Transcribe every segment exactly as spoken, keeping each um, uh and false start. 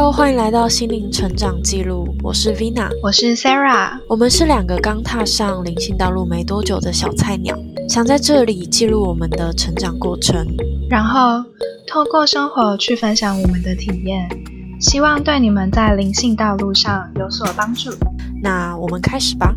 Hello， 欢迎来到心灵成长记录，我是 Vina， 我是 Sarah， 我们是两个刚踏上灵性道路没多久的小菜鸟，想在这里记录我们的成长过程， 然后透过生活去分享我们的体验，希望对你们在灵性道路上有所帮助。 那我们开始吧。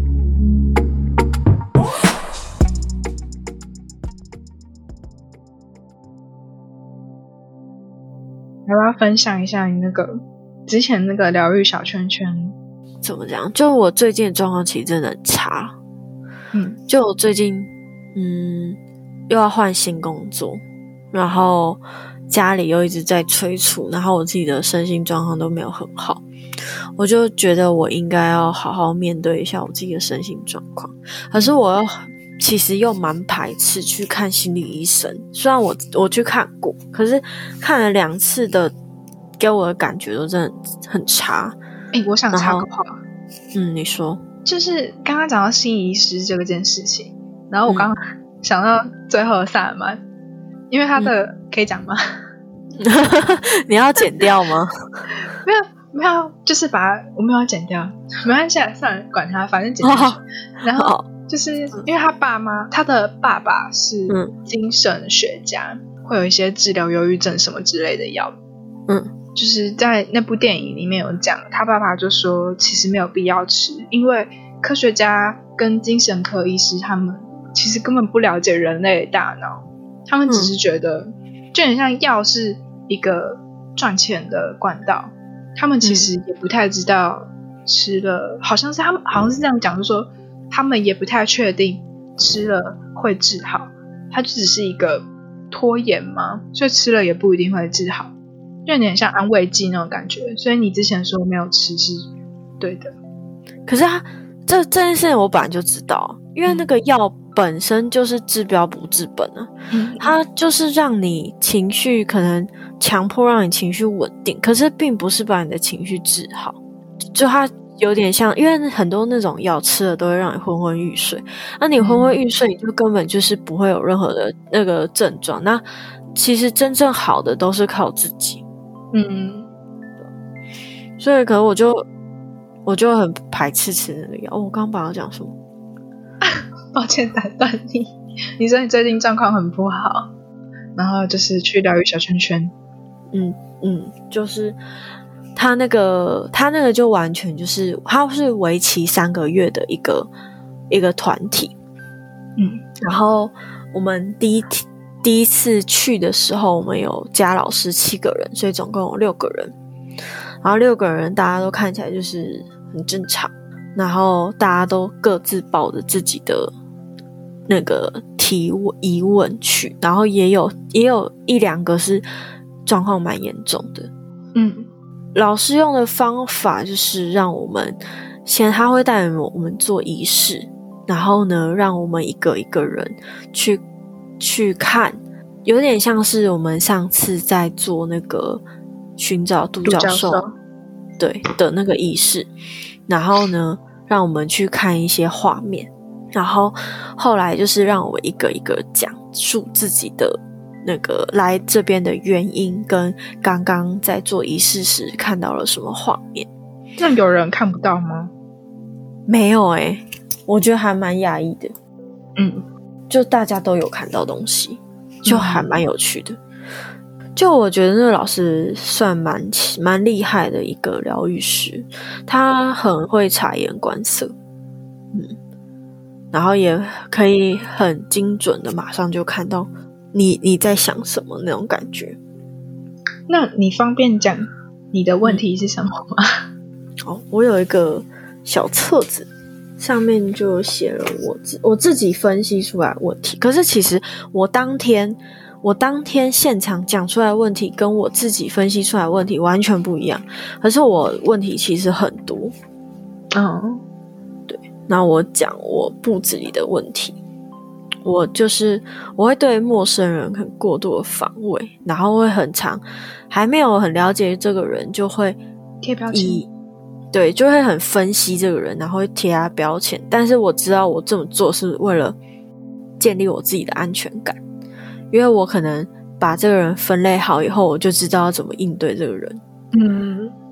要不要分享一下你那个之前那个疗愈小圈圈？ 怎么讲？就我最近的状况其实真的很差，嗯，就我最近嗯又要换新工作，然后家里又一直在催促，然后我自己的身心状况都没有很好，我就觉得我应该要好好面对一下我自己的身心状况。可是我又其实又蛮排斥去看心理医生，虽然我我去看过，可是看了两次的，给我的感觉都真的很差。 诶，我想插个话。 嗯，你说。就是刚刚讲到心理医师这件事情，然后我刚刚想到最后的萨尔曼，因为他的、嗯、可以讲吗？ 你要剪掉吗？ 没有没有，就是把它我没有剪掉，没关系，算了，管他，反正剪掉。哦、然后就是因为他爸妈，他的爸爸是精神学家，嗯、会有一些治疗忧郁症什么之类的药。嗯，就是在那部电影里面有讲，他爸爸就说其实没有必要吃，因为科学家跟精神科医师他们其实根本不了解人类的大脑，他们只是觉得、嗯、就很像药是一个赚钱的管道，他们其实也不太知道吃了、嗯、好像是他们好像是这样讲，就是说他们也不太确定吃了会治好，它就只是一个拖延嘛，所以吃了也不一定会治好，就有点像安慰剂那种感觉，所以你之前说没有吃是对的。 可是他这这件事情我本来就知道，因为那个药本身就是治标不治本啊，嗯、它就是让你情绪可能强迫让你情绪稳定，可是并不是把你的情绪治好，就它有点像，因为很多那种药吃了都会让你昏昏欲睡，那你昏昏欲睡你就根本就是不会有任何的那个症状，那其实真正好的都是靠自己。嗯，所以可能我就我就很排斥吃那个药。哦，我刚刚本来要讲什么？ 抱歉打断你。你说你最近状况很不好，然后就是去疗愈小圈圈。 嗯嗯，就是他那个他那个就完全就是他是为期三个月的一个一个团体。嗯，然后我们第一第一次去的时候，我们有加老师七个人，所以总共有六个人。然后六个人大家都看起来就是很正常，然后大家都各自抱着自己的那个提问疑问去，然后也有也有一两个是状况蛮严重的。嗯，老师用的方法就是让我们先他会带我们做仪式，然后呢让我们一个一个人去去看，有点像是我们上次在做那个寻找杜教授对的那个仪式，然后呢让我们去看一些画面，然后后来就是让我一个一个讲述自己的那个来这边的原因跟刚刚在做仪式时看到了什么画面。 那有人看不到吗？ 没有诶、欸、我觉得还蛮讶异的。嗯，就大家都有看到东西，就还蛮有趣的。就我觉得那个老师算蛮蛮厉害的一个疗愈师，他很会察言观色，嗯，然后也可以很精准的马上就看到你你在想什么那种感觉。 那你方便讲你的问题是什么吗？ 哦，我有一个小册子，上面就写了我自我自己分析出来的问题，可是其实我当天。我当天现场讲出来的问题跟我自己分析出来的问题完全不一样，可是我问题其实很多。嗯，对，那我讲我布置里的问题，我就是我会对陌生人很过度的防卫，然后会很常还没有很了解这个人就会贴标签， 对，就会很分析这个人，然后会贴他标签，但是我知道我这么做是为了建立我自己的安全感。因为我可能把这个人分类好以后，我就知道要怎么应对这个人。嗯，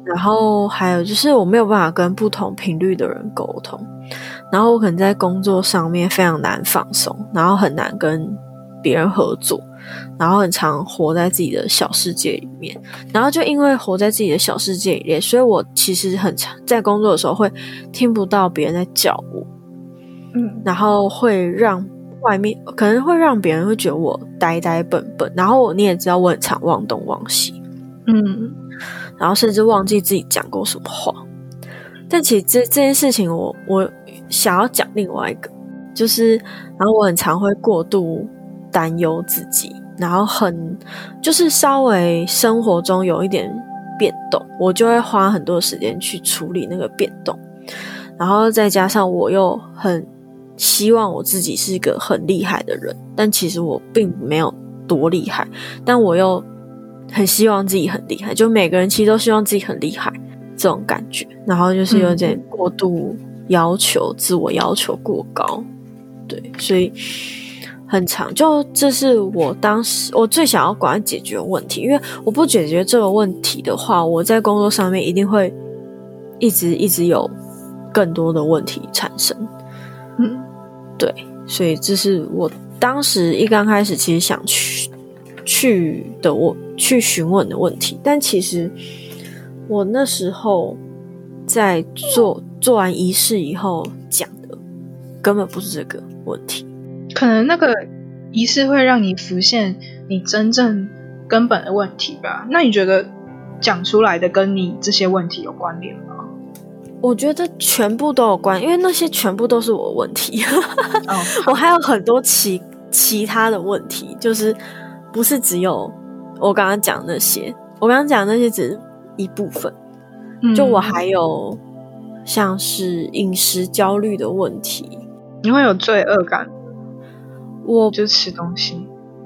然后还有就是我没有办法跟不同频率的人沟通，然后我可能在工作上面非常难放松，然后很难跟别人合作，然后很常活在自己的小世界里面，然后就因为活在自己的小世界里面，所以我其实很常在工作的时候会听不到别人在叫我， 嗯， 然后会让外面可能会让别人会觉得我呆呆笨笨，然后你也知道我很常忘东忘西， 嗯， 然后甚至忘记自己讲过什么话。但其实这这件事情我我想要讲另外一个，就是然后我很常会过度担忧自己，然后很就是稍微生活中有一点变动，我就会花很多时间去处理那个变动，然后再加上我又很希望我自己是一个很厉害的人，但其实我并没有多厉害，但我又很希望自己很厉害，就每个人其实都希望自己很厉害这种感觉，然后就是有点过度要求、嗯、自我要求过高，对，所以很长，就这是我当时我最想要赶快解决的问题，因为我不解决这个问题的话，我在工作上面一定会一直一直有更多的问题产生。 嗯， 对，所以这是我当时一刚开始其实想去去的我去询问的问题，但其实我那时候在做做完仪式以后讲的根本不是这个问题。 可能那个仪式会让你浮现你真正根本的问题吧？那你觉得讲出来的跟你这些问题有关联吗？ 我觉得全部都有关，因为那些全部都是我的问题。 哦、 我还有很多其其他的问题，就是不是只有我刚刚讲那些，我刚刚讲那些只是一部分，嗯、就我还有像是饮食焦虑的问题。 你会有罪恶感？ 我就吃东西，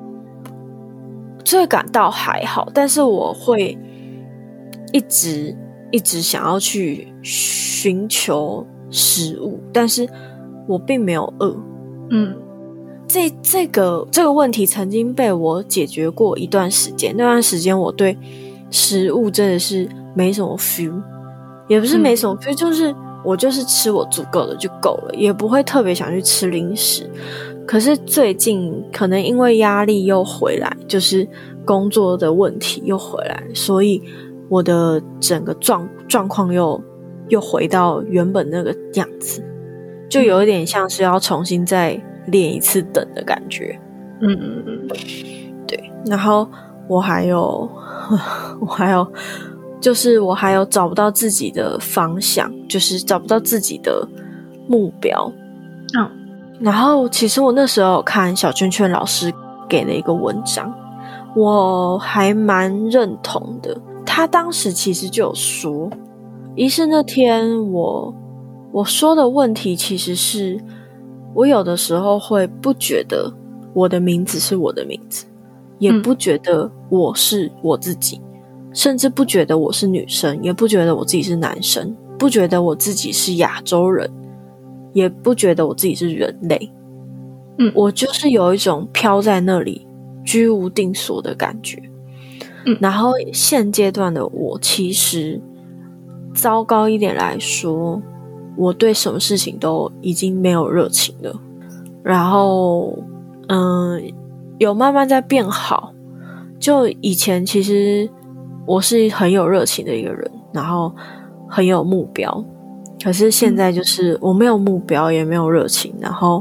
罪恶感倒还好，但是我会一直一直想要去寻求食物，但是我并没有饿。 嗯， 这这个这个问题曾经被我解决过一段时间，那段时间我对食物真的是没什么 feel， 也不是没什么 feel，、嗯、就是我就是吃我足够的就够了，也不会特别想去吃零食。可是最近可能因为压力又回来，就是工作的问题又回来，所以我的整个状状况又又回到原本那个样子，就有一点像是要重新再练一次等的感觉。 嗯嗯嗯， 对。然后我还有，我还有，就是我还有找不到自己的方向，就是找不到自己的目标。 嗯。 然后其实我那时候有看小圈圈老师给的一个文章，我还蛮认同的。他当时其实就有说，仪式那天我我说的问题其实是，我有的时候会不觉得我的名字是我的名字，也不觉得我是我自己，嗯、甚至不觉得我是女生，也不觉得我自己是男生，不觉得我自己是亚洲人，也不觉得我自己是人类。嗯，我就是有一种飘在那里居无定所的感觉。嗯，然后现阶段的我其实糟糕一点来说，我对什么事情都已经没有热情了，然后嗯，有慢慢在变好。就以前其实我是很有热情的一个人，然后很有目标，可是现在就是我没有目标也没有热情，然后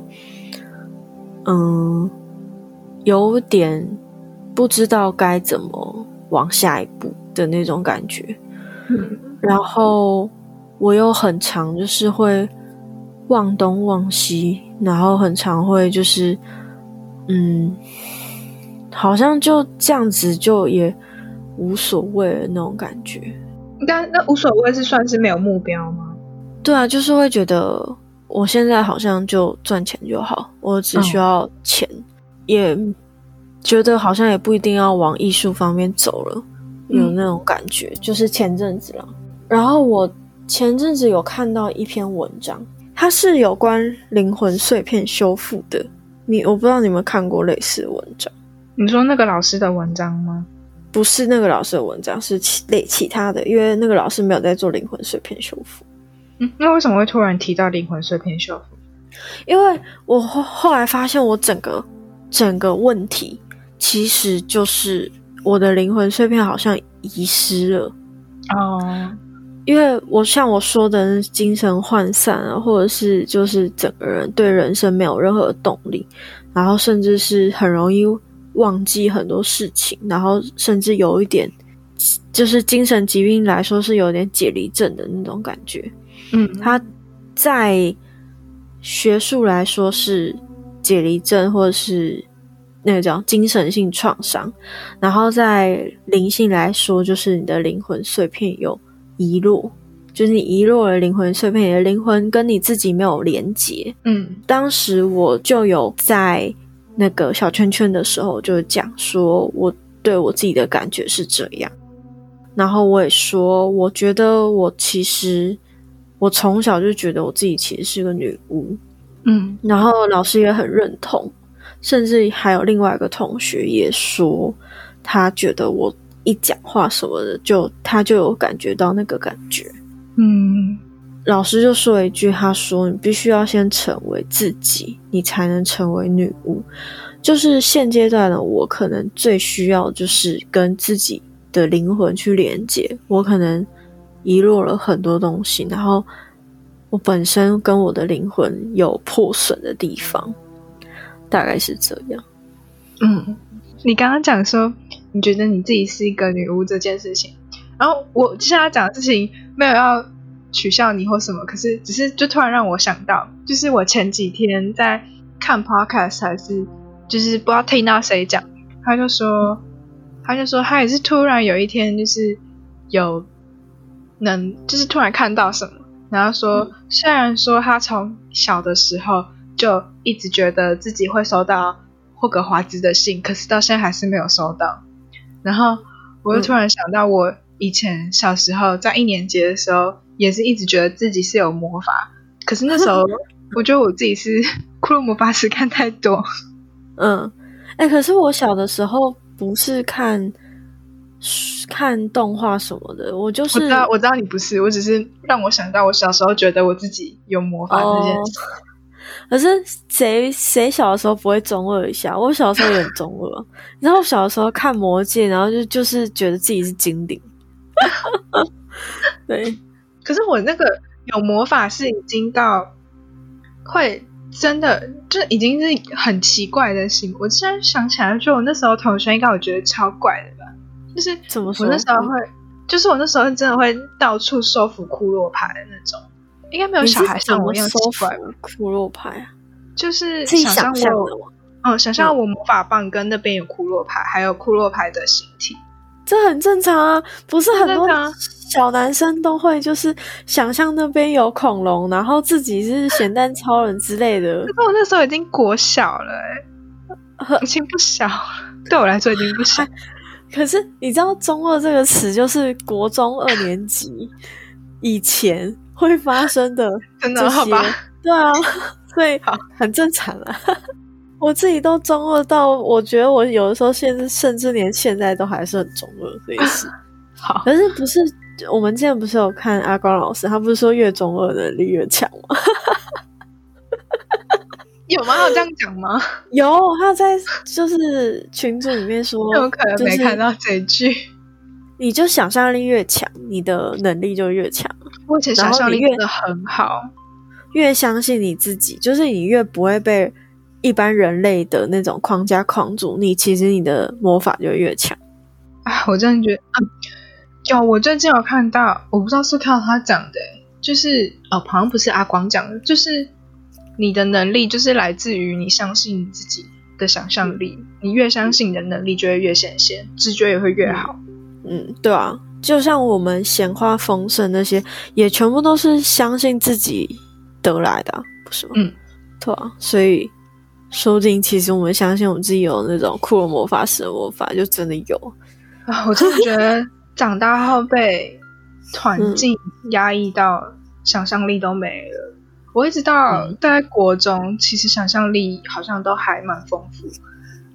嗯，有点不知道该怎么往下一步的那种感觉。嗯，然后我又很常就是会忘东忘西，然后很常会就是嗯，好像就这样子就也无所谓的那种感觉。 但那无所谓是算是没有目标吗？ 对啊，就是会觉得我现在好像就赚钱就好，我只需要钱，嗯、也觉得好像也不一定要往艺术方面走了，有那种感觉。嗯、就是前阵子啦，然后我前阵子有看到一篇文章，它是有关灵魂碎片修复的。你我不知道你有没有看过类似的文章？ 你说那个老师的文章吗？ 不是那个老师的文章，是其类其他的，因为那个老师没有在做灵魂碎片修复。 嗯，那为什么会突然提到灵魂碎片修复？ 因为我后后来发现，我整个整个问题其实就是我的灵魂碎片好像遗失了。 哦， 因为我像我说的精神涣散啊，或者是就是整个人对人生没有任何动力，然后甚至是很容易忘记很多事情，然后甚至有一点就是精神疾病来说是有点解离症的那种感觉。 嗯， 它在学术来说是解离症或者是那个叫精神性创伤，然后在灵性来说就是你的灵魂碎片有遗落，就是你遗落了灵魂碎片，你的灵魂跟你自己没有连结。 嗯， 当时我就有在那个小圈圈的时候就讲说我对我自己的感觉是这样，然后我也说我觉得我其实我从小就觉得我自己其实是个女巫。 嗯， 然后老师也很认同，甚至还有另外一个同学也说他觉得我一讲话什么的就他就有感觉到那个感觉。 嗯， 老师就说一句，他说你必须要先成为自己，你才能成为女巫。就是现阶段的我可能最需要就是跟自己的灵魂去连接，我可能遗落了很多东西，然后我本身跟我的灵魂有破损的地方，大概是这样。 嗯，你刚刚讲说你觉得你自己是一个女巫这件事情，然后我接下来讲的事情没有要取笑你或什么，可是只是就突然让我想到，就是我前几天在看 podcast 还是就是不知道听到谁讲，他就说他就说他也是突然有一天就是有能就是突然看到什么，然后说、嗯、虽然说他从小的时候就一直觉得自己会收到霍格华兹的信，可是到现在还是没有收到。然后我就突然想到我以前小时候在一年级的时候也是一直觉得自己是有魔法，可是那时候我觉得我自己是骷髅魔法使看太多。 嗯，哎、欸，可是我小的时候不是看看动画什么的，我就是我知道我知道你不是，我只是让我想到我小时候觉得我自己有魔法这件事。 哦，可是谁谁小的时候不会中二一下？我小时候也很中二，然后我小的时候看魔戒，然后就就是觉得自己是精灵。对， 可是我那个有魔法是已经到会真的就已经是很奇怪的行为。我现在想起来，就我那时候同学应该我觉得超怪的吧，就是怎么说？ 我那时候会，就是我那时候真的会到处收服骷髅牌的那种。应该没有小孩像我一样奇怪吧？ 骷髅牌啊， 就是自己想象我， 嗯，想象我魔法棒跟那边有骷髅牌，还有骷髅牌的形体， 这很正常啊。不是很多小男生都会就是想象那边有恐龙，然后自己是咸蛋超人之类的。 可是我那时候已经国小了、欸，已经不小了，对我来说已经不小。 可是你知道"中二"这个词就是国中二年级以前会发生的这些， 真的好吧？ 对啊，所以很正常啊。我自己都中二到，我觉得我有的时候现在甚至连现在都还是很中二这件事。 好， 可是不是我们之前不是有看阿光老师，他不是说越中二能力越强吗？ 有吗？有这样讲吗？ 有，他在就是群组里面说， 有可能没看到这一句。 你就想象力越强，你的能力就越强。 我以前想象力真的很好， 越相信你自己，就是你越不会被一般人类的那种框架框住，你其实你的魔法就越强。 啊，我真的觉得，嗯，有我最近有看到，我不知道是看到他讲的，就是哦，好像不是阿光讲的，就是你的能力就是来自于你相信你自己的想象力，嗯、你越相信你的能力就会越显现，直觉也会越好。 嗯，对啊，就像我们显化丰盛那些，也全部都是相信自己得来的、啊，不是吗？ 嗯， 对啊，所以说不定其实我们相信我们自己有那种骷髅魔法师的魔法，就真的有啊！我真的觉得长大后被环境压抑到想象力都没了。嗯、我一直到大概国中，其实想象力好像都还蛮丰富，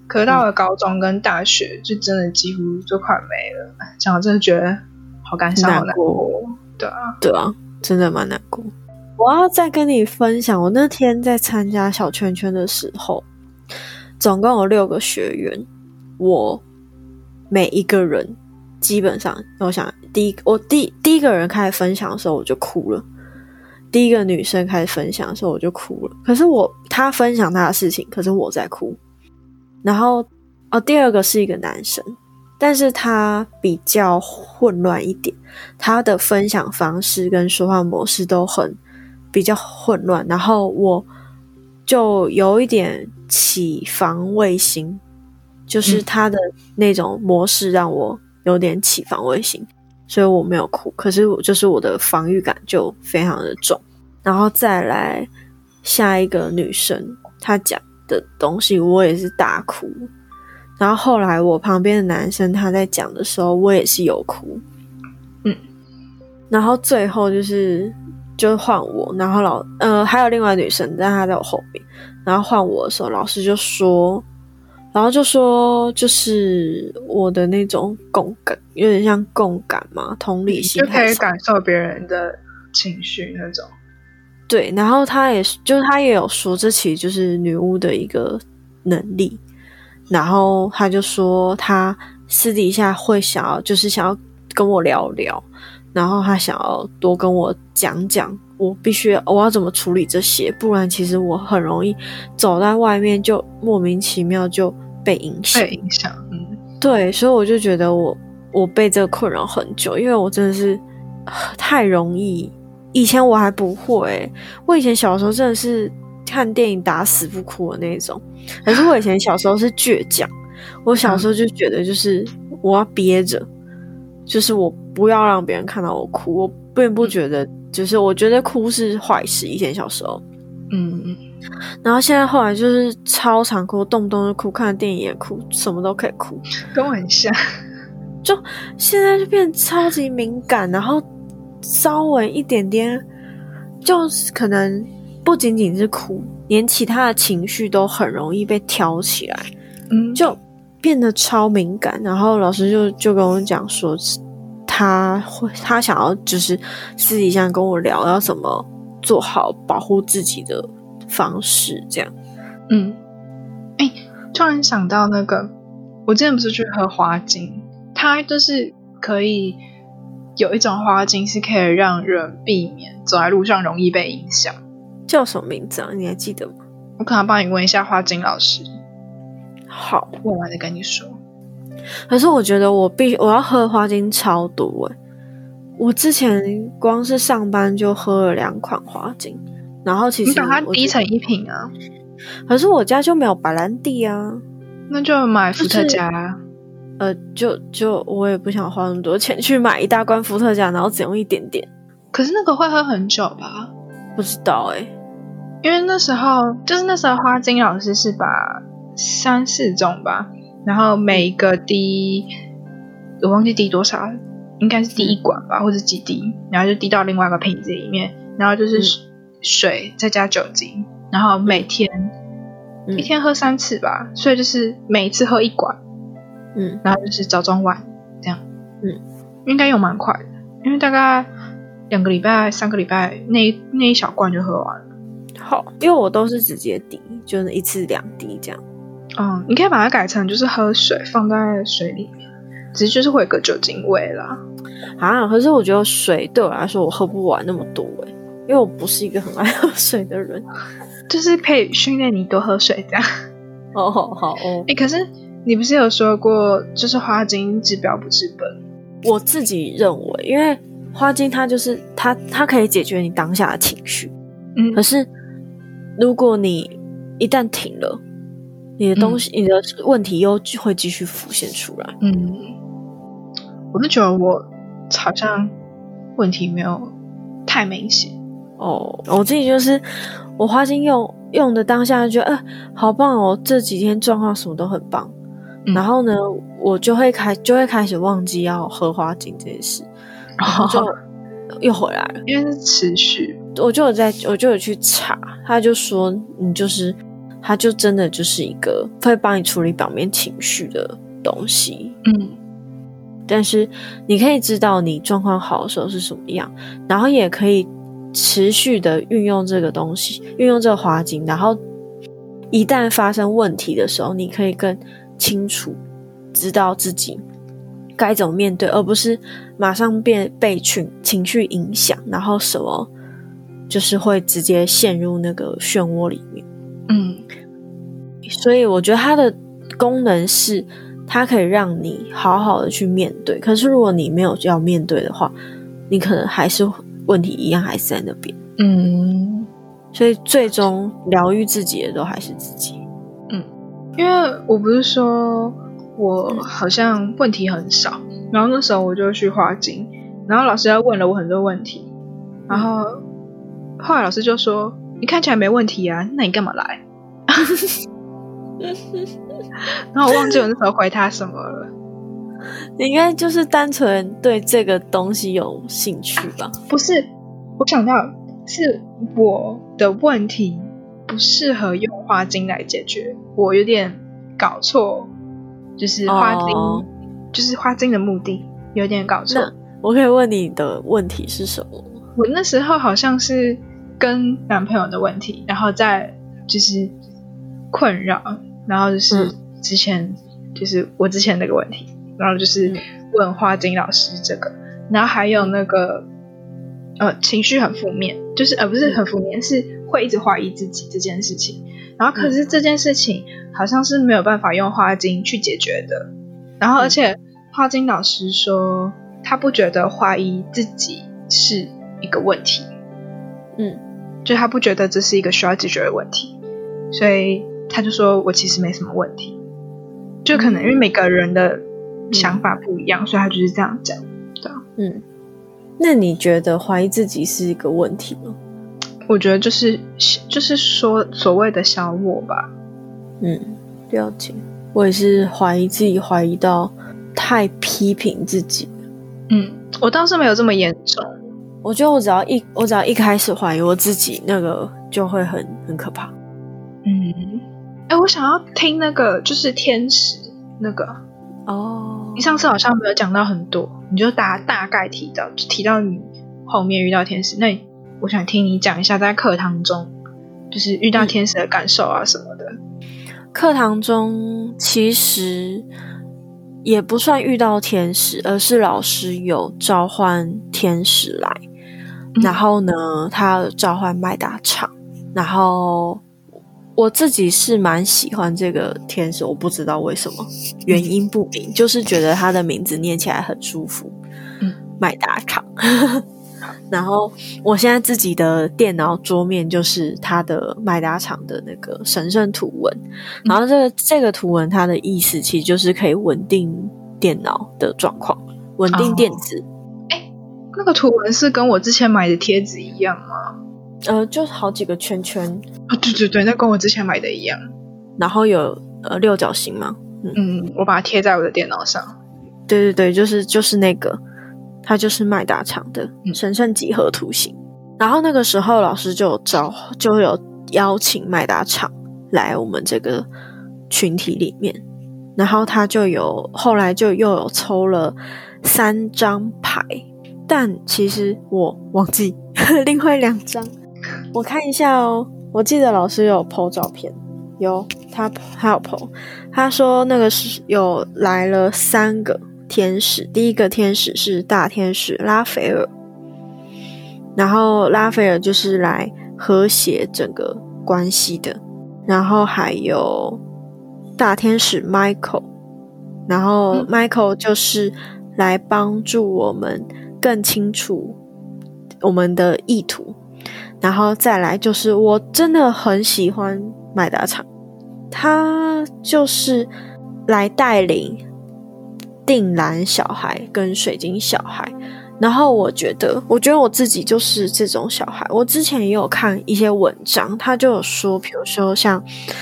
可是到了高中跟大学，就真的几乎就快没了。讲我真的觉得好感伤，好难过。对啊， 对啊，真的蛮难过。我要再跟你分享，我那天在参加小圈圈的时候，总共有六个学员，我每一个人基本上，我想第一我第第一个人开始分享的时候我就哭了，第一个女生开始分享的时候我就哭了，可是我她分享她的事情，可是我在哭。然后哦，第二个是一个男生，但是他比较混乱一点，他的分享方式跟说话模式都很比较混乱，然后我就有一点起防卫心，就是他的那种模式让我有点起防卫心，所以我没有哭，可是我就是我的防御感就非常的重。然后再来下一个女生，她讲的东西我也是大哭，然后后来我旁边的男生他在讲的时候我也是有哭，嗯，然后最后就是就换我，然后老呃还有另外女生，但她在我后面，然后换我的时候老师就说，然后就说就是我的那种共感，有点像共感嘛，同理心， 就可以感受别人的情绪那种。 对，然后他也就是他也有说这其实就是女巫的一个能力，然后他就说他私底下会想要就是想要跟我聊聊，然后他想要多跟我讲讲我必须我要怎么处理这些，不然其实我很容易走在外面就莫名其妙就被影响被影响。嗯， 对，所以我就觉得我我被这个困扰很久，因为我真的是太容易，以前我还不会、欸、我以前小时候真的是看电影打死不哭的那种，可是我以前小时候是倔强，我小时候就觉得就是我要憋着，就是我不要让别人看到我哭，我并不觉得就是我觉得哭是坏事，以前小时候嗯嗯，然后现在后来就是超常哭，动不动就哭，看电影也哭，什么都可以哭， 跟我很像， 就现在就变超级敏感，然后稍微一点点就是可能不仅仅是哭，连其他的情绪都很容易被挑起来，嗯，就变得超敏感。然后老师就就跟我讲说他会他想要就是私底下跟我聊要怎么做好保护自己的方式这样。 嗯，哎，突然想到那个我之前不是去喝花精，它就是可以有一种花精是可以让人避免走在路上容易被影响， 叫什么名字啊？你还记得吗？ 我可能帮你问一下花精老师。 好， 问完再跟你说。 可是我觉得我必我要喝花精超多欸，我之前光是上班就喝了两款花精，然后其实你把它滴成一瓶啊。 可是我家就没有白兰地啊， 那就买伏特加、就是、 呃，就就我也不想花那么多钱去买一大罐伏特加，然后只用一点点。 可是那个会喝很久吧？ 不知道欸， 因为那时候就是那时候花精老师是把三四种吧，然后每一个滴我忘记滴多少，应该是滴一管吧、嗯、或者几滴，然后就滴到另外一个瓶子里面，然后就是水再加酒精，然后每天、嗯、一天喝三次吧，所以就是每一次喝一管，嗯，然后就是早中晚这样，嗯，应该用蛮快的，因为大概两个礼拜三个礼拜那那一小罐就喝完了。 好，因为我都是直接滴，就是一次两滴这样。 嗯，你可以把它改成就是喝水放在水里面，只是就是会有个酒精味啦。 啊，可是我觉得水对我来说我喝不完那么多欸，因为我不是一个很爱喝水的人， 就是可以训练你多喝水这样。 哦，好好哦。 欸，可是你不是有说过就是花精治标不治本？ 我自己认为，因为花精它就是它它可以解决你当下的情绪，嗯，可是如果你一旦停了，你的东西、嗯、你的问题又会继续浮现出来。 嗯，我就觉得我好像问题没有太明显哦。我自己就是我花精用用的当下就觉得，呃，好棒哦，这几天状况什么都很棒。嗯、然后呢，我就会开就会开始忘记要喝花精这件事，然后就又回来了， 因为是持续。 我就有在，我就有去查，他就说你就是。 它就真的就是一个会帮你处理表面情绪的东西。 嗯， 但是你可以知道你状况好的时候是什么样，然后也可以持续的运用这个东西，运用这个花精，然后一旦发生问题的时候，你可以更清楚知道自己该怎么面对，而不是马上变被情情绪影响，然后什么就是会直接陷入那个漩涡里面。 嗯， 所以我觉得它的功能是它可以让你好好的去面对，可是如果你没有要面对的话，你可能还是问题一样还是在那边。 嗯， 所以最终疗愈自己的都还是自己。 嗯，因为我不是说我好像问题很少，然后那时候我就去花精，然后老师要问了我很多问题，然后后来老师就说你看起来没问题啊，那你干嘛来？然后我忘记我那时候回他什么了。 你应该就是单纯对这个东西有兴趣吧？ 不是，我想到是我的问题不适合用花精来解决，我有点搞错，就是花精、oh. 就是花精的目的有点搞错。 我可以问你的问题是什么？ 我那时候好像是跟男朋友的问题，然后再就是困扰，然后就是之前、嗯、就是我之前那个问题，然后就是问花精老师这个，然后还有那个呃情绪很负面，就是呃不是很负面，是会一直怀疑自己这件事情，然后可是这件事情好像是没有办法用花精去解决的，然后而且花精老师说他不觉得怀疑自己是一个问题，嗯，就他不觉得这是一个需要解决的问题，所以他就说我其实没什么问题，就可能因为每个人的想法不一样、嗯、所以他就是这样讲。对啊， 嗯，那你觉得怀疑自己是一个问题吗？ 我觉得就是就是说所谓的小我吧。 嗯，了解。我也是怀疑自己，怀疑到太批评自己。 嗯，我倒是没有这么严重。 我觉得我只要一我只要一开始怀疑我自己，那个就会很很可怕。 嗯，哎，我想要听那个就是天使那个哦，你上次好像没有讲到很多，你就大大概提到提到你后面遇到天使，那我想听你讲一下在课堂中就是遇到天使的感受啊什么的。 课堂中其实也不算遇到天使，而是老师有召唤天使来、嗯、然后呢他有召唤麦达场，然后我自己是蛮喜欢这个天使，我不知道为什么，原因不明，就是觉得他的名字念起来很舒服。嗯，麦达场。然后我现在自己的电脑桌面就是他的麦达场的那个神圣图文，然后这个这个图文它的意思其实就是可以稳定电脑的状况，稳定电子。 哎、哦，那个图文是跟我之前买的贴纸一样吗？ 呃，就好几个圈圈啊、哦，对对对，那跟我之前买的一样。 然后有呃六角形嘛， 嗯嗯，我把它贴在我的电脑上。 对对对，就是就是那个。它就是麦达场的神圣几何图形、嗯、然后那个时候老师就有招就有邀请麦达场来我们这个群体里面，然后他就有后来就又有抽了三张牌，但其实我忘记另外两张，我看一下哦，我记得老师有 po 照片，有他他有 po， 他说那个是有来了三个天使，第一个天使是大天使拉斐尔，然后拉斐尔就是来和谐整个关系的，然后还有大天使 Michael， 然后 Michael 就是来帮助我们更清楚我们的意图，然后再来就是我真的很喜欢麦达场，他就是来带领定蓝小孩跟水晶小孩，然后我觉得我觉得我自己就是这种小孩。我之前也有看一些文章，他就有说比如说像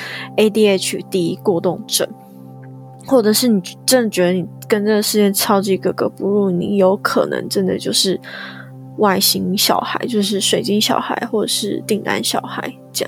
A D H D 过动症，或者是你真的觉得你跟这个世界超级格格不入，你有可能真的就是外星小孩，就是水晶小孩或者是定蓝小孩这样。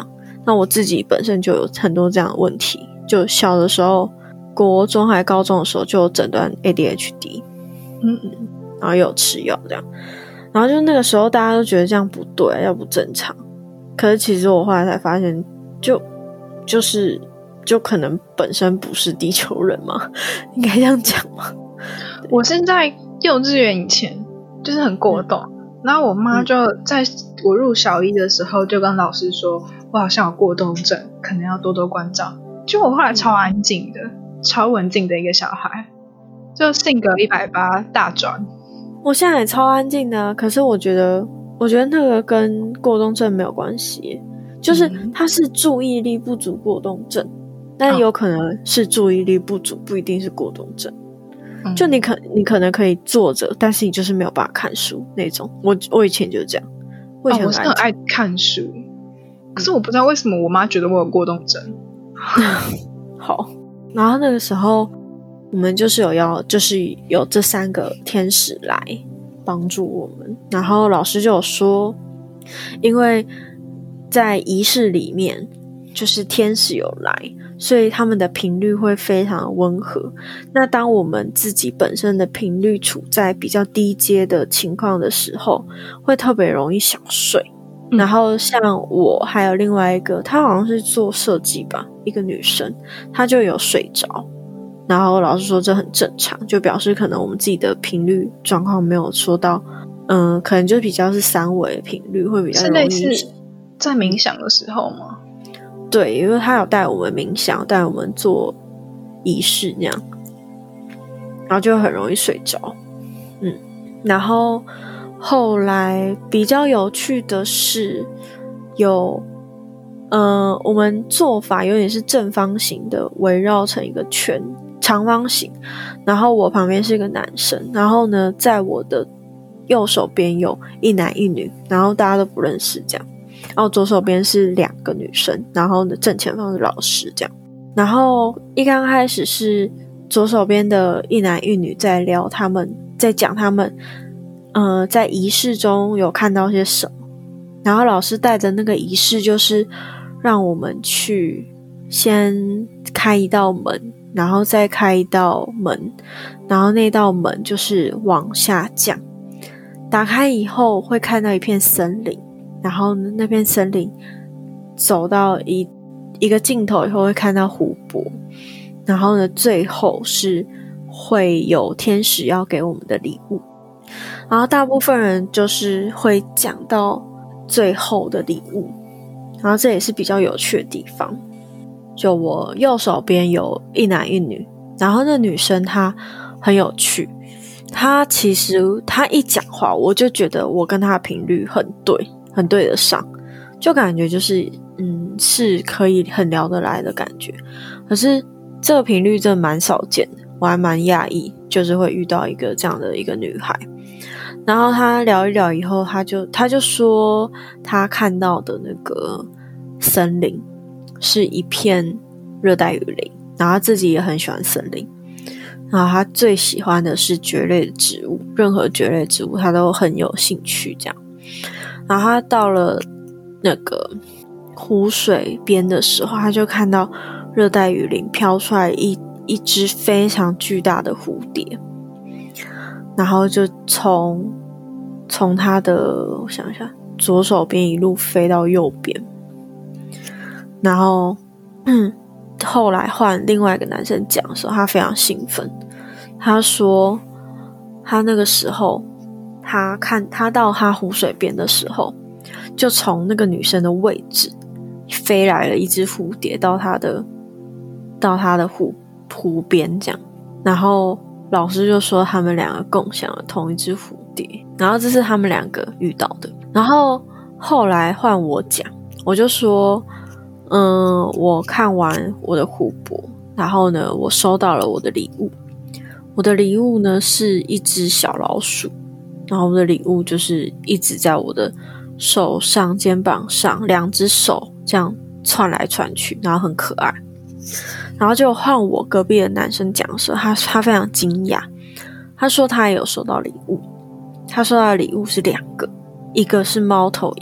那我自己本身就有很多这样的问题，就小的时候国中还高中的时候就有诊断 A D H D， 嗯嗯，然后又有吃药这样，然后就那个时候大家都觉得这样不对，要不正常，可是其实我后来才发现就就是就可能本身不是地球人嘛，应该这样讲吗？ 我是在幼稚园以前就是很过动、嗯、然后我妈就在我入小一的时候就跟老师说我好像有过动症，可能要多多关照。就我后来超安静的、嗯、超文静的一个小孩，就性格一百八大转。 我现在也超安静的，可是我觉得我觉得那个跟过动症没有关系，就是它是注意力不足过动症、嗯、但有可能是注意力不足，不一定是过动症。就你可你可能可以坐着，但是你就是没有办法看书那种。我我以前就是这样，我以前很爱、 哦、我是很爱看书，可是我不知道为什么我妈觉得我有过动症。 好，然后那个时候我们就是有要就是有这三个天使来帮助我们，然后老师就有说，因为在仪式里面就是天使有来，所以他们的频率会非常温和。那当我们自己本身的频率处在比较低阶的情况的时候，会特别容易想睡、嗯、然后像我还有另外一个，她好像是做设计吧，一个女生，她就有睡着，然后老师说这很正常，就表示可能我们自己的频率状况没有说到嗯，可能就比较是三维频率会比较容易。 是类似在冥想的时候吗？ 对，因为他有带我们冥想，带我们做仪式那样，然后就很容易睡着。嗯，然后后来比较有趣的是有呃我们做法有点是正方形的，围绕成一个圈，长方形，然后我旁边是一个男生，然后呢在我的右手边有一男一女，然后大家都不认识这样，然后左手边是两个女生，然后呢正前方是老师这样。然后一刚开始是左手边的一男一女在聊他们，在讲他们呃在仪式中有看到些什么，然后老师带着那个仪式就是让我们去先开一道门，然后再开一道门，然后那道门就是往下降，打开以后会看到一片森林，然后那片森林走到一一个尽头以后会看到湖泊，然后呢最后是会有天使要给我们的礼物，然后大部分人就是会讲到最后的礼物，然后这也是比较有趣的地方。就我右手边有一男一女，然后那女生她很有趣，她其实她一讲话我就觉得我跟她的频率很对，很对得上，就感觉就是嗯是可以很聊得来的感觉。可是这个频率真的蛮少见的，我还蛮讶异，就是会遇到一个这样的一个女孩。然后她聊一聊以后，她就她就说她看到的那个森林是一片热带雨林，然后她自己也很喜欢森林，然后她最喜欢的是蕨类的植物，任何蕨类植物她都很有兴趣这样。然后她到了那个湖水边的时候，她就看到热带雨林飘出来一一只非常巨大的蝴蝶，然后就从从她的我想一下左手边一路飞到右边，然后嗯，后来换另外一个男生讲的时候，他非常兴奋，他说他那个时候他看他到他湖水边的时候，就从那个女生的位置飞来了一只蝴蝶到他的到他的湖湖边这样，然后老师就说他们两个共享了同一只蝴蝶，然后这是他们两个遇到的。然后后来换我讲，我就说嗯，我看完我的湖泊，然后呢我收到了我的礼物，我的礼物呢是一只小老鼠，然后我的礼物就是一直在我的手上肩膀上，两只手这样窜来窜去，然后很可爱。然后就换我隔壁的男生讲的时候，他他非常惊讶，他说他也有收到礼物，他收到的礼物是两个，一个是猫头鹰，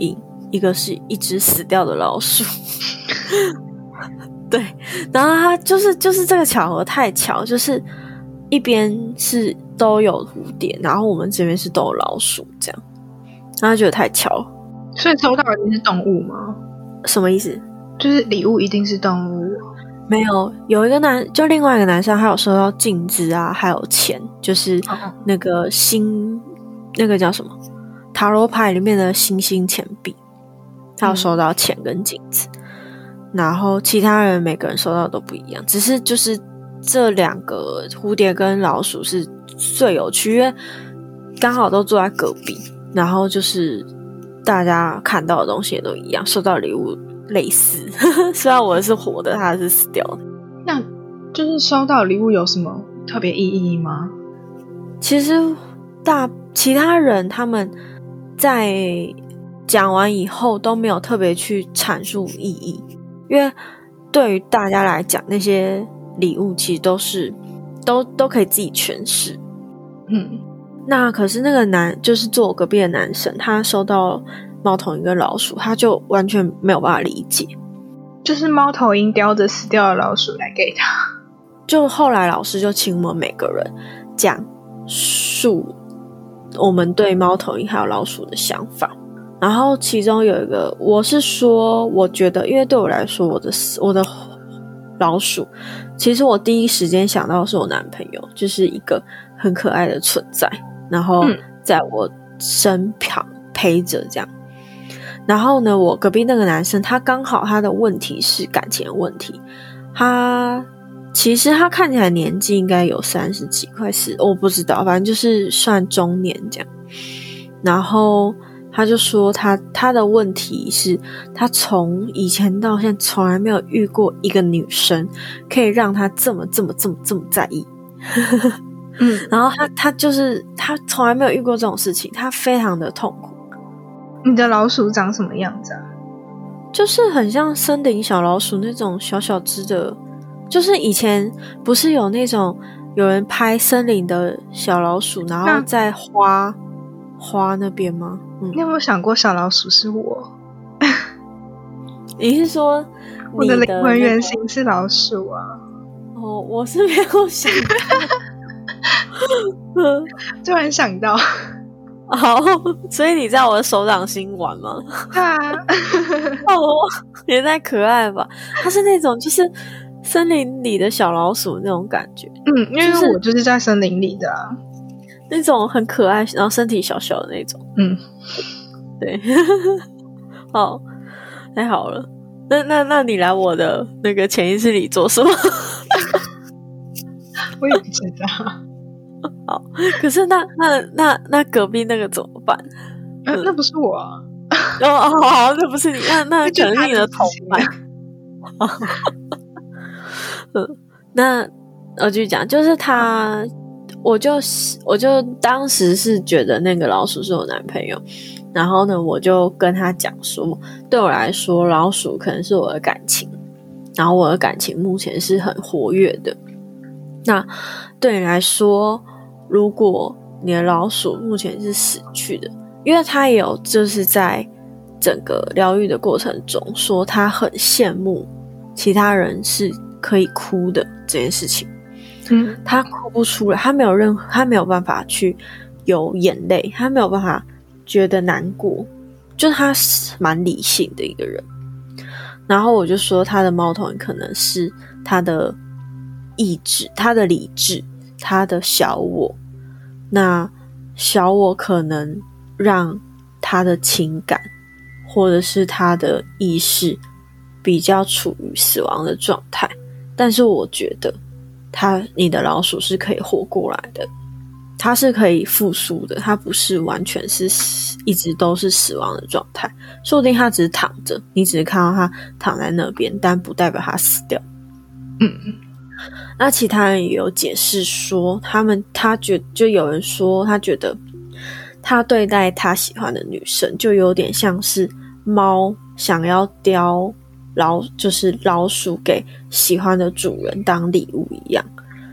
一个是一只死掉的老鼠。对，然后它就是就是这个巧合太巧，就是一边是都有蝴蝶，然后我们这边是都有老鼠，这样，然后他觉得太巧了。 所以收到一定是动物吗？ 什么意思？ 就是礼物一定是动物？ 没有，有一个男，就另外一个男生，他有收到镜子啊，还有钱，就是那个星，那个叫什么塔罗牌里面的星星钱币，他有收到钱跟镜子。嗯，然后其他人每个人收到都不一样，只是就是这两个蝴蝶跟老鼠是最有趣，因为刚好都坐在隔壁，然后就是大家看到的东西也都一样，收到礼物类似。虽然我是活的，他是死掉的。 那就是收到礼物有什么特别意义吗？ 其实大其他人他们在讲完以后都没有特别去阐述意义，因为对于大家来讲，那些礼物其实都是都都可以自己诠释。嗯，那可是那个男，就是坐我隔壁的男生，他收到猫头鹰跟老鼠，他就完全没有办法理解。 就是猫头鹰叼着死掉的老鼠来给他。 就后来老师就请我们每个人讲述我们对猫头鹰还有老鼠的想法。然后其中有一个，我是说我觉得，因为对我来说，我的我的老鼠，其实我第一时间想到的是我男朋友，就是一个很可爱的存在，然后在我身旁陪着这样。然后呢，我隔壁那个男生，他刚好他的问题是感情问题，他其实他看起来年纪应该有三十几，快四，我不知道，反正就是算中年这样。然后他就说他他的问题是他从以前到现在从来没有遇过一个女生可以让他这么这么这么这么在意。嗯，然后他他就是他从来没有遇过这种事情，他非常的痛苦。 你的老鼠长什么样子啊？ 就是很像森林小老鼠那种小小只的，就是以前不是有那种有人拍森林的小老鼠，然后在花花那边吗？ 嗯，你有没有想过小老鼠是我？ 你是说你的灵魂原型是老鼠啊？ 哦，我是没有想到，突然想到。 好，所以你在我的手掌心玩吗？ 对啊。 哦，也太可爱吧！它是那种就是森林里的小老鼠那种感觉。 嗯，因为我就是在森林里的啊。 那种很可爱，然后身体小小的那种。嗯，对。好，太好了。那那那你来我的那个潜意识里做什么？ 我也不知道。 好，可是那那那那隔壁那个怎么办？ 啊、那不是我啊。 哦哦，好，那不是你，那那可能是你的同伴。嗯，那我继续讲，就是他，我就我就当时是觉得那个老鼠是我男朋友，然后呢，我就跟他讲说，对我来说，老鼠可能是我的感情，然后我的感情目前是很活跃的。那对你来说，如果你的老鼠目前是死去的，因为他也有就是在整个疗愈的过程中说他很羡慕其他人是可以哭的这件事情。嗯，他哭不出来，他没有任何，他没有办法去有眼泪，他没有办法觉得难过，就他是蛮理性的一个人。然后我就说他的猫头鹰可能是他的意志，他的理智，他的小我，那小我可能让他的情感或者是他的意识比较处于死亡的状态，但是我觉得他你的老鼠是可以活过来的，它是可以复苏的，它不是完全是一直都是死亡的状态，说不定它只是躺着，你只是看到它躺在那边，但不代表它死掉。嗯，那其他人也有解释说，他们他觉就有人说他觉得他对待他喜欢的女生就有点像是猫想要叼老就是老鼠给喜欢的主人当礼物一样，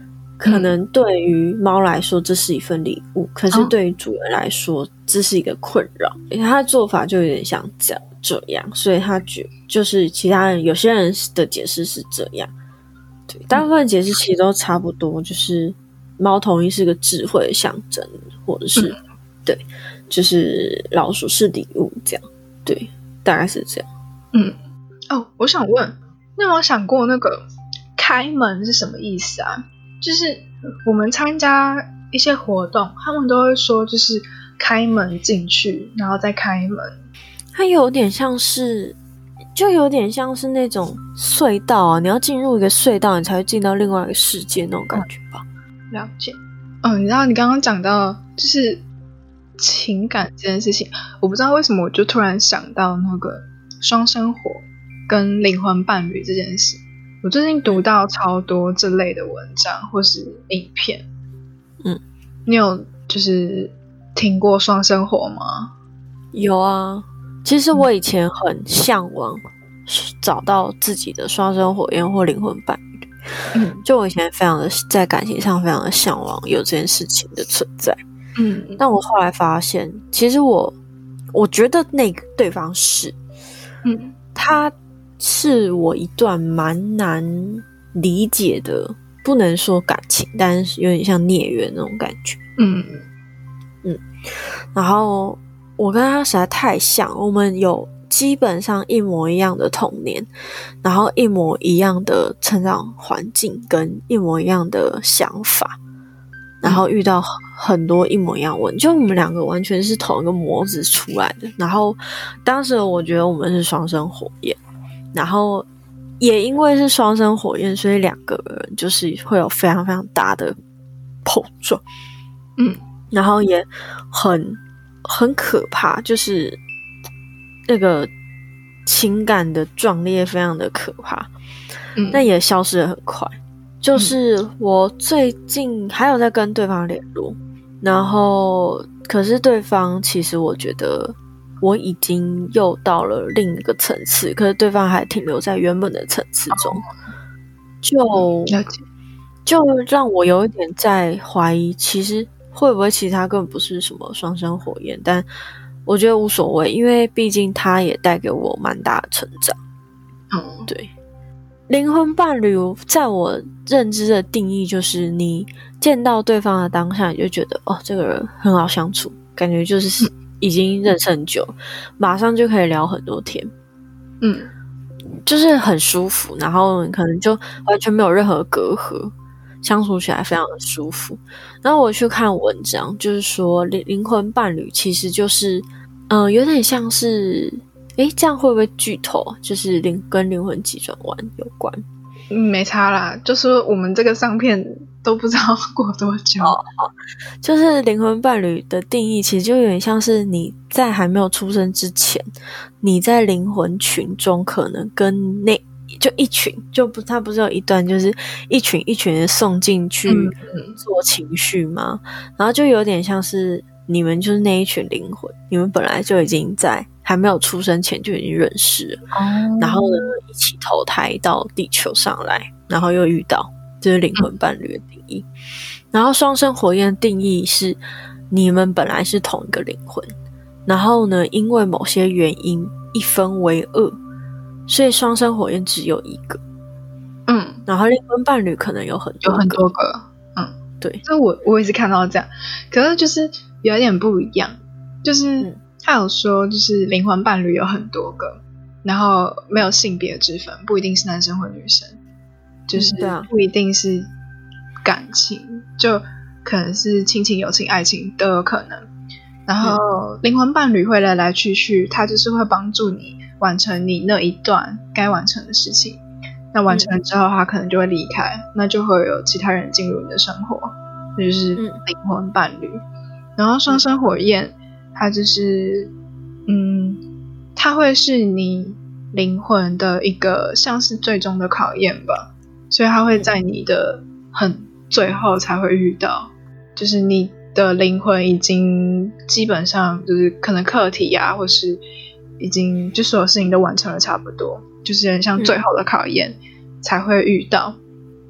可能对于猫来说这是一份礼物，可是对于主人来说这是一个困扰，他的做法就有点像这样这样，所以他觉就是其他人有些人的解释是这样，对，大部分解释其实都差不多，就是猫头鹰是个智慧的象征，或者是、嗯、对，就是老鼠是礼物这样，对，大概是这样。 嗯，哦，我想问，你有没有想过那个开门是什么意思啊？就是我们参加一些活动，他们都会说就是开门进去，然后再开门。 它有点像是，就有点像是那种隧道啊，你要进入一个隧道，你才会进到另外一个世界那种感觉吧。 嗯、了解。嗯，你知道你刚刚讲到就是情感这件事情，我不知道为什么我就突然想到那个双生火跟灵魂伴侣这件事。我最近读到超多这类的文章或是影片， 嗯， 你有就是听过双生火吗？ 有啊，其实我以前很向往找到自己的双生火焰或灵魂伴侣，嗯，就我以前非常的在感情上非常的向往有这件事情的存在，嗯，但我后来发现，其实我我觉得那个对方是，嗯，他是我一段蛮难理解的，不能说感情，但是有点像孽缘那种感觉。嗯嗯，然后我跟他实在太像，我们有基本上一模一样的童年，然后一模一样的成长环境跟一模一样的想法，然后遇到很多一模一样的问题，就我们两个完全是同一个模子出来的。然后当时我觉得我们是双生火焰，然后也因为是双生火焰，所以两个人就是会有非常非常大的碰撞，嗯，然后也很很可怕，就是那个情感的壮烈非常的可怕，嗯，但也消失得很快。就是我最近还有在跟对方联络，然后可是对方其实我觉得我已经又到了另一个层次，可是对方还停留在原本的层次中，就就让我有一点在怀疑，其实会不会其实他根本不是什么双生火焰，但我觉得无所谓，因为毕竟他也带给我蛮大的成长。嗯，对。灵魂伴侣在我认知的定义就是你见到对方的当下，你就觉得哦，这个人很好相处，感觉就是已经认识很久，马上就可以聊很多天，嗯，就是很舒服，然后可能就完全没有任何隔阂，相处起来非常的舒服。然后我去看文章，就是说灵魂伴侣其实就是嗯、呃，有点像是诶，这样会不会剧透？就是灵跟灵魂急转弯有关？ 嗯，没差啦，就是我们这个上片都不知道过多久。 哦，就是灵魂伴侣的定义，其实就有点像是你在还没有出生之前，你在灵魂群中可能跟那就一群，就不，他不是有一段就是一群一群的送进去做情绪吗？嗯嗯，然后就有点像是你们就是那一群灵魂，你们本来就已经在还没有出生前就已经认识了，哦，然后呢一起投胎到地球上来，然后又遇到，这是灵魂伴侣的定义。嗯，然后双生火焰的定义是你们本来是同一个灵魂，然后呢因为某些原因一分为二，所以双生火焰只有一个。嗯，然后灵魂伴侣可能有很多个有很多个。嗯，对，这我我也是看到这样，可是就是有点不一样，就是、嗯他有说就是灵魂伴侣有很多个，然后没有性别之分，不一定是男生或女生，就是不一定是感情，嗯啊，就可能是亲情友情爱情都有可能。然后灵魂伴侣会来来去去，他就是会帮助你完成你那一段该完成的事情，那完成了之后他可能就会离开，嗯，那就会有其他人进入你的生活，这就是灵魂伴侣。然后双生火焰它就是嗯，它会是你灵魂的一个像是最终的考验吧，所以它会在你的很最后才会遇到，就是你的灵魂已经基本上就是可能课题啊或是已经就所有事情都完成了差不多，就是很像最后的考验才会遇到，嗯，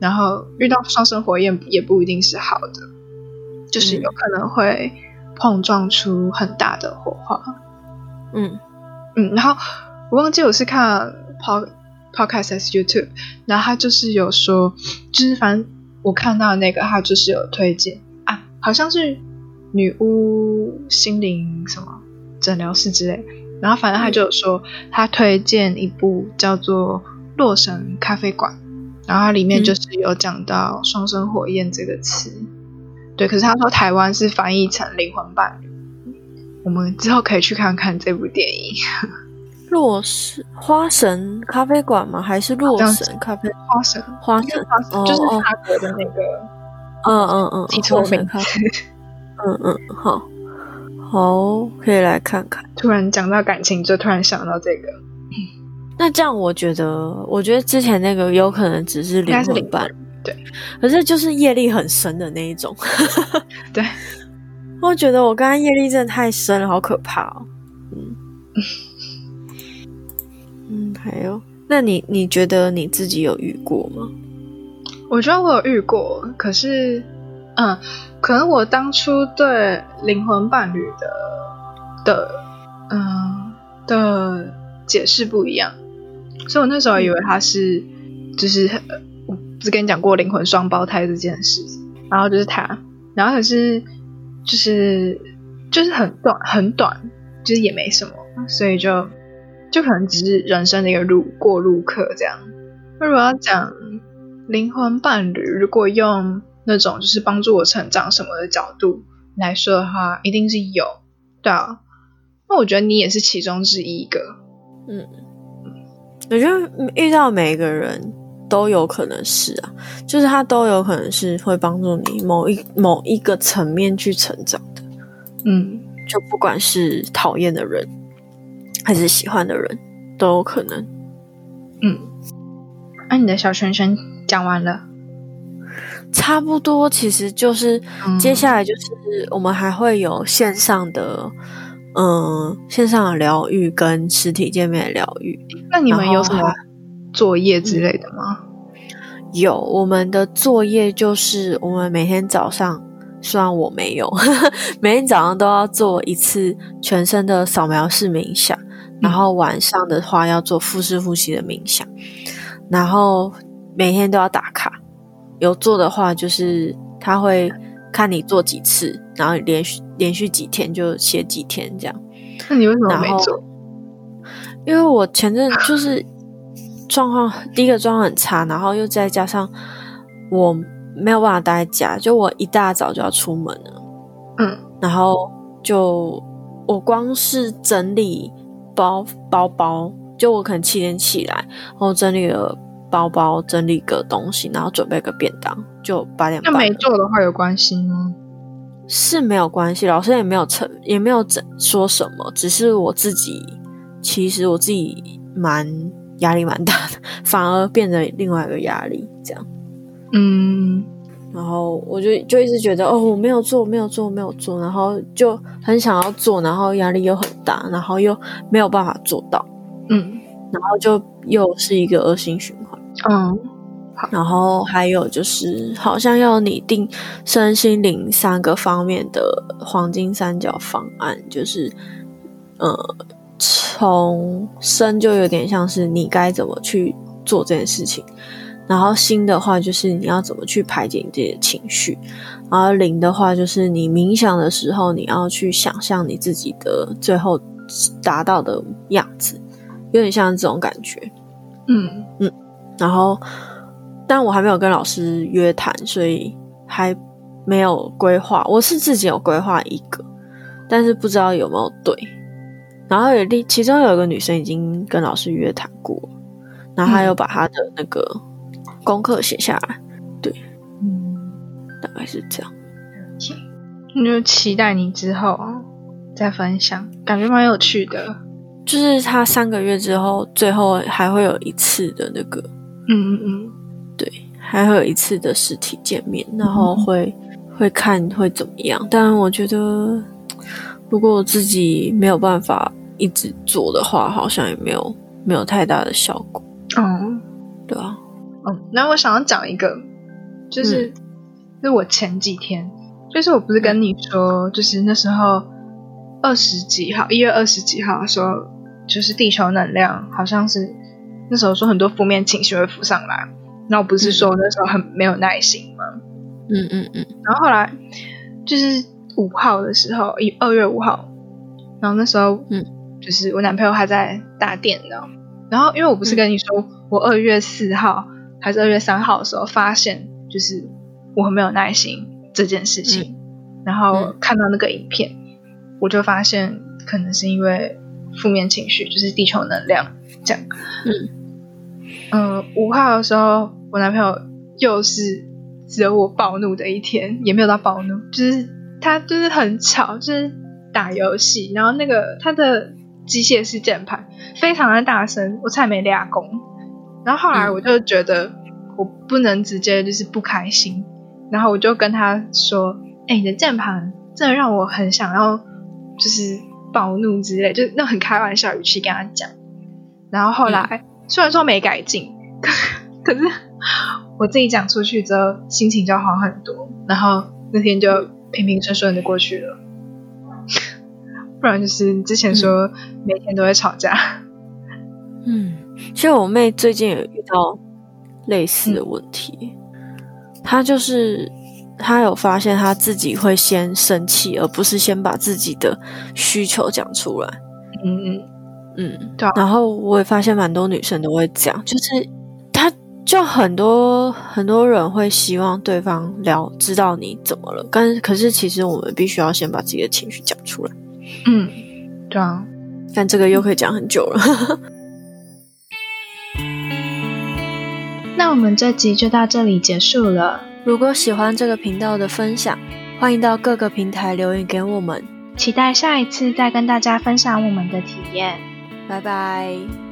然后遇到双生火焰也不一定是好的，就是有可能会碰撞出很大的火花。 嗯嗯，然后我忘记我是看 podcast 还是 YouTube， 然后他就是有说，就是反正我看到那个他就是有推荐啊，好像是女巫心灵什么诊疗室之类，然后反正他就有说他推荐一部叫做洛神咖啡馆，然后它里面就是有讲到双生火焰这个词、嗯、对，可是他说台湾是翻译成灵魂伴侣，我们之后可以去看看这部电影。 洛神花神咖啡馆吗？还是洛神咖啡花神花神、 哦、就是法国的那个嗯嗯嗯记错名字。 嗯嗯，好好，可以来看看。 突然讲到感情就突然想到这个， 那这样我觉得我觉得之前那个有可能只是灵魂伴侣， 对， 可是就是业力很深的那一种。 对， 我觉得我刚刚业力真的太深了，好可怕哦。嗯嗯，还有，那你你觉得你自己有遇过吗？ 我觉得我有遇过，可是嗯，可能我当初对灵魂伴侣的的嗯的解释不一样，所以我那时候以为他是就是我不是跟你讲过灵魂双胞胎这件事，然后就是他，然后可是就是就是很短很短，就是也没什么，所以就就可能只是人生的一个路过路客这样。那如果要讲灵魂伴侣，如果用那种就是帮助我成长什么的角度来说的话，一定是有，对啊。那我觉得你也是其中之一个。 嗯，我觉得遇到每一个人都有可能是啊，就是他都有可能是会帮助你某一某一个层面去成长的。 嗯， 就不管是讨厌的人还是喜欢的人都有可能。 嗯，那、啊、你的小圈圈讲完了？ 差不多，其实就是接下来就是我们还会有线上的嗯线上的疗愈跟实体见面的疗愈。 那你们有什么作业之类的吗？ 有，我们的作业就是我们每天早上，虽然我没有每天早上都要做一次全身的扫描式冥想、嗯、然后晚上的话要做腹式呼吸的冥想，然后每天都要打卡，有做的话就是他会看你做几次，然后连续连续几天就写几天这样。 那你为什么没做？ 因为我前阵就是状况，第一个状况很差，然后又再加上我没有办法待在家，就我一大早就要出门了， 嗯， 然后就我光是整理包包包，就我可能七点起来，然后整理了包包，整理个东西，然后准备个便当，就八点半了。 那没做的话有关系吗？ 是没有关系，老师也没有成也没有说什么，只是我自己，其实我自己蛮压力蛮大的，反而变成另外一个压力这样。 嗯， 然后我就就一直觉得哦，我没有做，没有做，没有做，然后就很想要做，然后压力又很大，然后又没有办法做到， 嗯， 然后就又是一个恶性循环。 嗯， 然后还有就是好像要拟定身心灵三个方面的黄金三角方案，就是呃，从身就有点像是你该怎么去做这件事情，然后心的话就是你要怎么去排解你自己的情绪，然后灵的话就是你冥想的时候你要去想象你自己的最后达到的样子，有点像这种感觉。 嗯嗯，然后但我还没有跟老师约谈，所以还没有规划，我是自己有规划一个，但是不知道有没有对。然后有其中有一个女生已经跟老师约谈过，然后她又把她的那个功课写下来，对，嗯，大概是这样。 那就期待你之后再分享，感觉蛮有趣的。 就是她三个月之后，最后还会有一次的那个， 嗯嗯嗯， 对，还会有一次的实体见面，然后会、嗯、会看会怎么样。但我觉得，如果我自己没有办法一直做的话，好像也没有没有太大的效果。 嗯， 对啊。 嗯，那我想要讲一个就是、嗯、就是我前几天，就是我不是跟你说，嗯、就是那时候二十几号，一月二十几号的时候，就是地球能量好像是那时候说很多负面情绪会浮上来，然后不是说那时候很没有耐心吗？ 嗯嗯嗯。 然后后来就是五号的时候，一二月五号，然后那时候嗯，就是我男朋友还在打电脑，然后因为我不是跟你说、嗯、我二月四号还是二月三号的时候发现就是我很没有耐心这件事情、嗯、然后看到那个影片、嗯、我就发现可能是因为负面情绪，就是地球能量这样。嗯嗯，五号的时候我男朋友又是只有我暴怒的一天，也没有到暴怒，就是他就是很吵，就是打游戏，然后那个他的机械式键盘非常的大声，我差点没俩公。然后后来我就觉得我不能直接就是不开心，然后我就跟他说，哎、欸，你的键盘真的让我很想要就是暴怒之类，就那很开玩笑语气跟他讲。然后后来、嗯、虽然说没改进，可是我自己讲出去之后心情就好很多，然后那天就平平顺顺的过去了。不然就是之前说每天都会吵架。 嗯，其实我妹最近有遇到类似的问题、嗯、她就是她有发现她自己会先生气，而不是先把自己的需求讲出来。 嗯嗯嗯，对、啊。然后我也发现蛮多女生都会这样，就是她就很多很多人会希望对方了知道你怎么了，但可是其实我们必须要先把自己的情绪讲出来。 嗯，对啊， 但这个又可以讲很久了。 那我们这集就到这里结束了。 如果喜欢这个频道的分享，欢迎到各个平台留言给我们， 期待下一次再跟大家分享我们的体验。 拜拜。